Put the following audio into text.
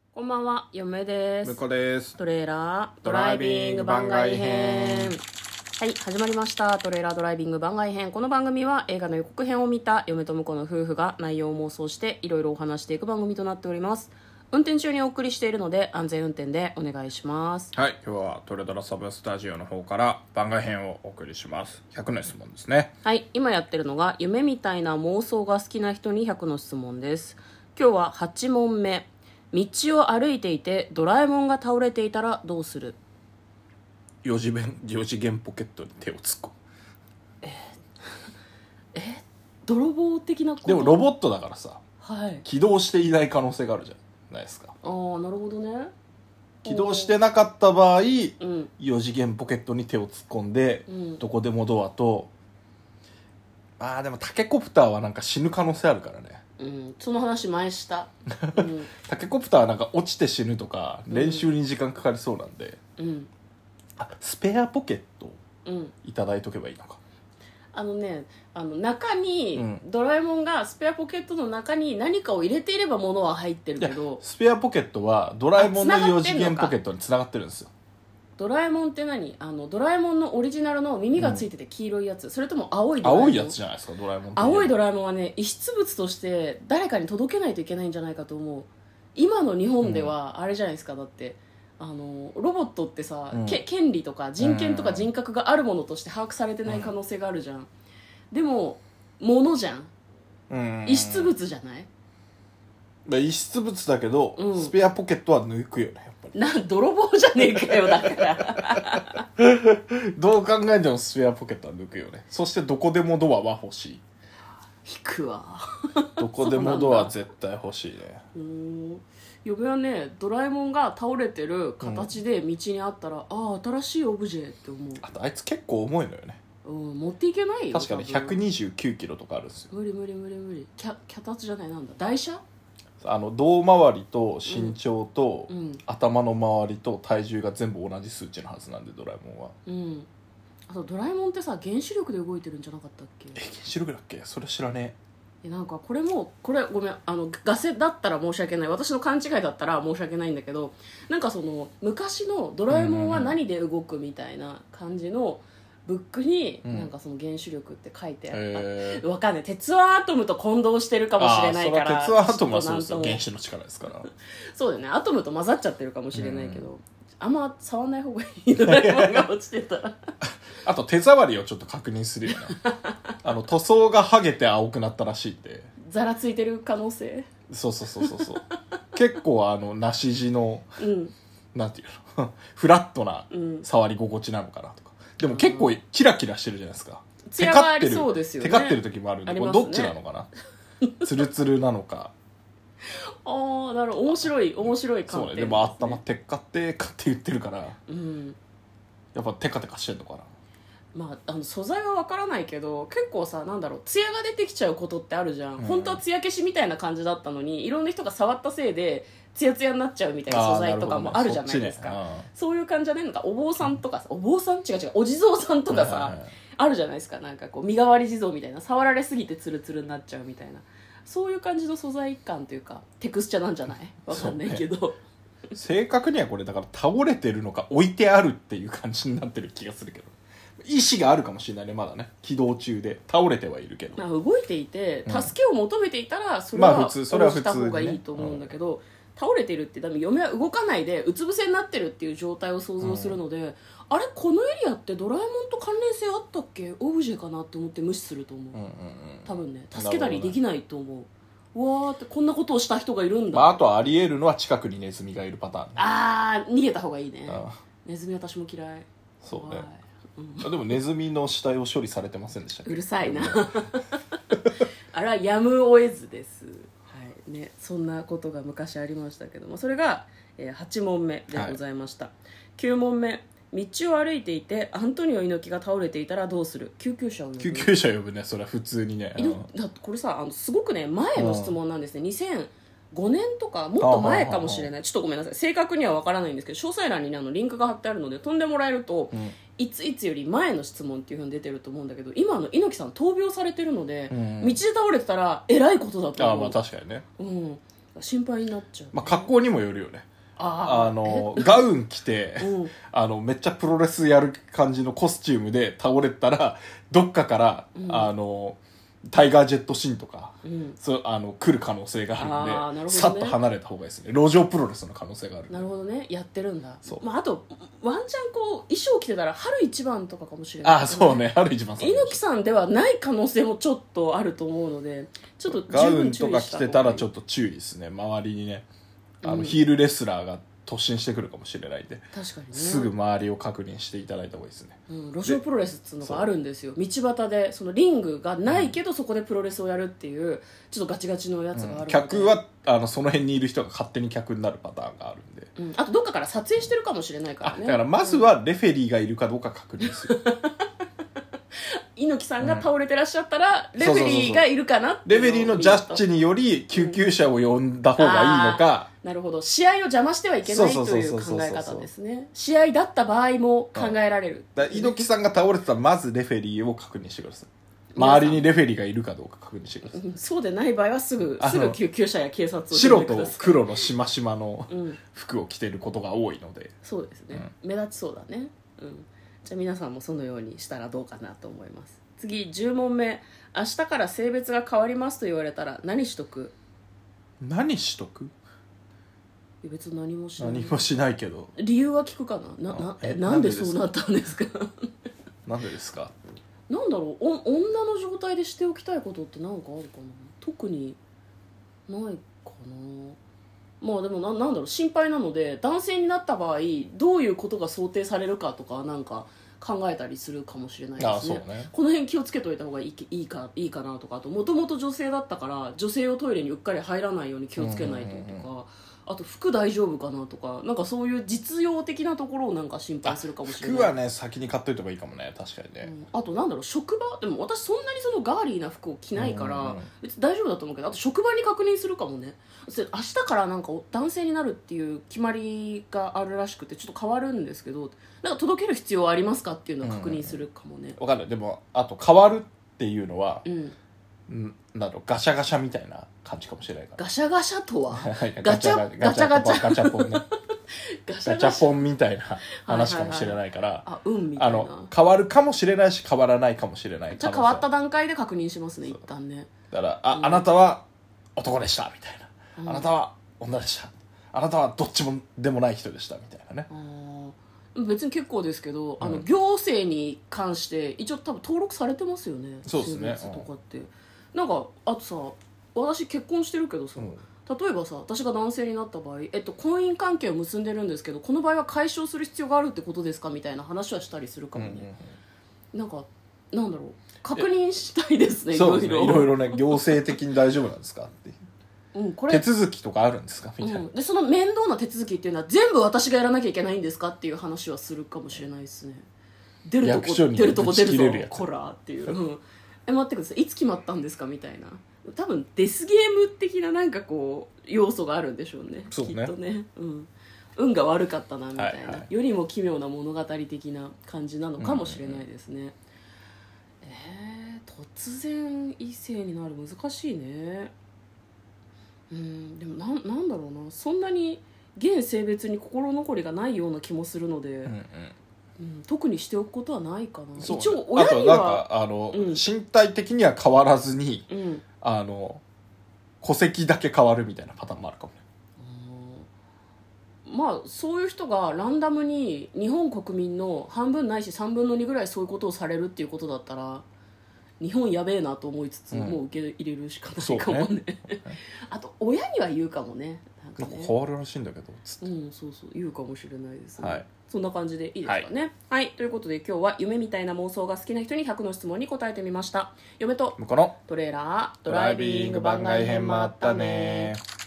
こんばんは、嫁です。 向こうです。 トレーラードライビング番外編。はい、始まりました。トレーラードライビング番外編。この番組は映画の予告編を見た嫁と婿の夫婦が内容を妄想していろいろお話していく番組となっております。運転中にお送りしているので安全運転でお願いします。 はい、今日はトレドラサブスタジオの方から番外編をお送りします。100の質問ですね。 はい、今やってるのが夢みたいな妄想が好きな人に100の質問です。今日は8問目。道を歩いていてドラえもんが倒れていたらどうする 4次元ポケットに手を突っ込む。 泥棒的なこと。 でもロボットだからさ、 はい。 起動していない可能性があるじゃないですか。 ああ、なるほどね。 起動してなかった場合、 うん、 4次元ポケットに手を突っ込んで、どこでもドアと、でもタケコプターはなんか死ぬ可能性あるからね。 その話前した、 タケコプターはなんか落ちて死ぬとか練習に時間かかりそうなんで、スペアポケットいただいとけばいいのか。 中に、ドラえもんがスペアポケットの中に何かを入れていれば物は入ってるけど、 スペアポケットはドラえもんの4次元ポケットにつながってるんですよ。 ドラえもんって何？ドラえもんのオリジナルの耳がついてて黄色いやつ、それとも青いドラえもん？ 青いやつじゃないですか、ドラえもんって。 青いドラえもんはね、遺失物として誰かに届けないといけないんじゃないかと思う。今の日本ではあれじゃないですか。だってロボットってさ、権利とか人権とか人格があるものとして把握されてない可能性があるじゃん。でも物じゃん。遺失物じゃない？ 遺失物だけど、スペアポケットは抜くよね、やっぱり。 泥棒じゃねえかよ、だからどう考えてもスペアポケットは抜くよね。そしてどこでもドアは欲しい。 引くわどこでもドア絶対欲しいね。 嫁はね、ドラえもんが倒れてる形で道にあったら、新しいオブジェって思う。 あとあいつ結構重いのよね。 持っていけないよ。 確かに129キロとかあるんですよ。 無理脚立じゃない、なんだ、台車。 胴回りと身長と、頭の周りと体重が全部同じ数値のはずなんで、ドラえもんは。 あとドラえもんってさ、原子力で動いてるんじゃなかったっけ？ 原子力だっけ？それ知らねえ。 なんかこれごめん、ガセだったら申し訳ない、私の勘違いだったら申し訳ないんだけど、なんかその昔のドラえもんは何で動くみたいな感じのブックになんかその原子力って書いてあった、わかんない、鉄腕アトムと混同してるかもしれないから。 それは鉄腕アトムはそうですよ、原子の力ですからそうだよね、アトムと混ざっちゃってるかもしれないけど、あんま触んない方がいい、ドラえもんが落ちてたらあと手触りをちょっと確認するよね塗装が剥げて青くなったらしいんで、 ざらついてる可能性。 そう結構梨地の、なんていうのフラットな触り心地なのかなとか。でも結構キラキラしてるじゃないですか。 ツヤがありそうですよね。 テカってる時もあるんで、これどっちなのかなツルツルなのかなるほど、面白い観点、 そうね。でも頭テッカって言ってるから、やっぱテカテカしてんのかな。 素材は分からないけど、結構さ、なんだろう、ツヤが出てきちゃうことってあるじゃん。本当はツヤ消しみたいな感じだったのに、いろんな人が触ったせいでツヤツヤになっちゃうみたいな素材とかもあるじゃないですか。そういう感じじゃないのか。お坊さんとかさ、違うお地蔵さんとかさ、あるじゃないですか。なんかこう身代わり地蔵みたいな、触られすぎてツルツルになっちゃうみたいな、そういう感じの素材感というかテクスチャなんじゃない？わかんないけど、 正確にはこれだから倒れてるのか置いてあるっていう感じになってる気がするけど、意志があるかもしれないね、まだね。起動中で倒れてはいるけど、 動いていて助けを求めていたら、それは普通、それは普通した方がいいと思うんだけど、倒れてるって多分嫁は動かないでうつ伏せになってるっていう状態を想像するので、あれこのエリアってドラえもんと関連性あったっけ、オブジェかなって思って無視すると思う。多分ね、助けたりできないと思う。うわーって、こんなことをした人がいるんだ。 あとはあり得るのは近くにネズミがいるパターン、 逃げた方がいいね。ネズミ私も嫌い。 そうね。でもネズミの死体を処理されてませんでしたっけ？ うるさいなあれはやむを得ずです、はいね。そんなことが昔ありましたけども、それが、8問目でございました、9問目。道を歩いていてアントニオ猪木が倒れていたらどうする？救急車を呼ぶ。 救急車呼ぶね、それは普通にね。 だってこれさ、すごくね前の質問なんですね。2005年とかもっと前かもしれない。ちょっとごめんなさい、正確には分からないんですけど、詳細欄にねリンクが貼ってあるので飛んでもらえると、いつより前の質問っていう風に出てると思うんだけど、今の猪木さん闘病されてるので、道で倒れてたらえらいことだと思う。 まあ確かにね。 心配になっちゃう、ね。 まあ、格好にもよるよね。 あガウン着て、 うん、 めっちゃプロレスやる感じのコスチュームで倒れたら、どっかから、タイガージェットシンとか、来る可能性があるんで、 ね、 さっと離れた方がいいですね。路上プロレスの可能性がある。 なるほどね。やってるんだ。 そう。 まあ、あと、ワンチャンこう、衣装着てたら、春一番とかかもしれない、ね。 そうね。春一番さん。 猪木さんではない可能性もちょっとあると思うので、ちょっとガウンとか着てたらちょっと注意ですね。周りにね、ヒールレスラーが突進してくるかもしれないんで、 確かにね、 すぐ周りを確認していただいた方がいいですね。 路上プロレスっていうのがあるんですよ。道端でそのリングがないけど、そこでプロレスをやるっていうちょっとガチガチのやつがあるので、 客はその辺にいる人が勝手に客になるパターンがあるんで、 あとどっかから撮影してるかもしれないからね。 だからまずはレフェリーがいるかどうか確認する。 猪木さんが倒れてらっしゃったら、レフェリーがいるかなっていうレフェリーのジャッジにより救急車を呼んだ方がいいのか、 なるほど。試合を邪魔してはいけないという考え方ですね。試合だった場合も考えられる。 猪木さんが倒れてたらまずレフェリーを確認してください。周りにレフェリーがいるかどうか確認してください。 そうでない場合はすぐ救急車や警察を白と黒のしましまの服を着てることが多いので、 そうですね、目立ちそうだね、じゃあ皆さんもそのようにしたらどうかなと思います。次10問目。明日から性別が変わりますと言われたら何しとく？ 何しとく？ 別に何もしない。 何もしないけど。 理由は聞くかな。なんでそうなったんですか？ なんでですか？ なんだろう、女の状態でしておきたいことって何かあるかな。特にないかな。まあでもなんだろう、心配なので男性になった場合どういうことが想定されるかとかなんか考えたりするかもしれないですね。この辺気をつけといた方がいいかなとか、あともともと女性だったから女性用トイレにうっかり入らないように気をつけないとか、あと服大丈夫かなとか、なんかそういう実用的なところをなんか心配するかもしれない。 服はね先に買っといた方がいいかもね。確かにね、 あとなんだろう、職場でも私そんなにそのガーリーな服を着ないから別に大丈夫だと思うけど、あと職場に確認するかもね。明日からなんか男性になるっていう決まりがあるらしくてちょっと変わるんですけど、なんか届ける必要はありますかっていうのは確認するかもね。 分かんない。でもあと変わるっていうのは、なんだろう、ガシャガシャみたいな感じかもしれないから。 ガシャガシャとはガチャポンね。ガチャポンみたいな話かもしれないから、 みたいな変わるかもしれないし変わらないかもしれない。 じゃあ変わった段階で確認しますね、一旦ね。 だからあなたは男でしたみたいな、あなたは女でした、あなたはどっちもでもない人でしたみたいなね。 別に結構ですけど、行政に関して一応多分登録されてますよね。 そうですね。 性別とかって、なんかあとさ、私結婚してるけどさ、例えばさ、私が男性になった場合、婚姻関係を結んでるんですけどこの場合は解消する必要があるってことですかみたいな話はしたりするかもね。なんかなんだろう、確認したいですね。 そうですね、いろいろね、行政的に大丈夫なんですかってこれ手続きとかあるんですかみたいな、 でその面倒な手続きっていうのは全部私がやらなきゃいけないんですかっていう話はするかもしれないですね。出るとこ出るぞこらっていう、待ってください、いつ決まったんですかみたいな。多分デスゲーム的ななんかこう要素があるんでしょうね。 そうね、 きっとね、運が悪かったなみたいな、よりも奇妙な物語的な感じなのかもしれないですね。突然異性になる難しいね。でもなんだろうな、そんなに現性別に心残りがないような気もするので、特にしておくことはないかな。一応親にはあとなんか身体的には変わらずに、戸籍だけ変わるみたいなパターンもあるかもね。 まあそういう人がランダムに日本国民の半分ないし3分の2ぐらいそういうことをされるっていうことだったら日本やべえなと思いつつ、もう受け入れるしかないかもね。あと親には言うかもね。 なんか変わるらしいんだけどつって、 そう言うかもしれないですね。 はい、 そんな感じでいいですかね。はい、ということで今日は夢みたいな妄想が好きな人に100の質問に答えてみました。嫁と向こうのトレーラードドライビング番外編もあったね。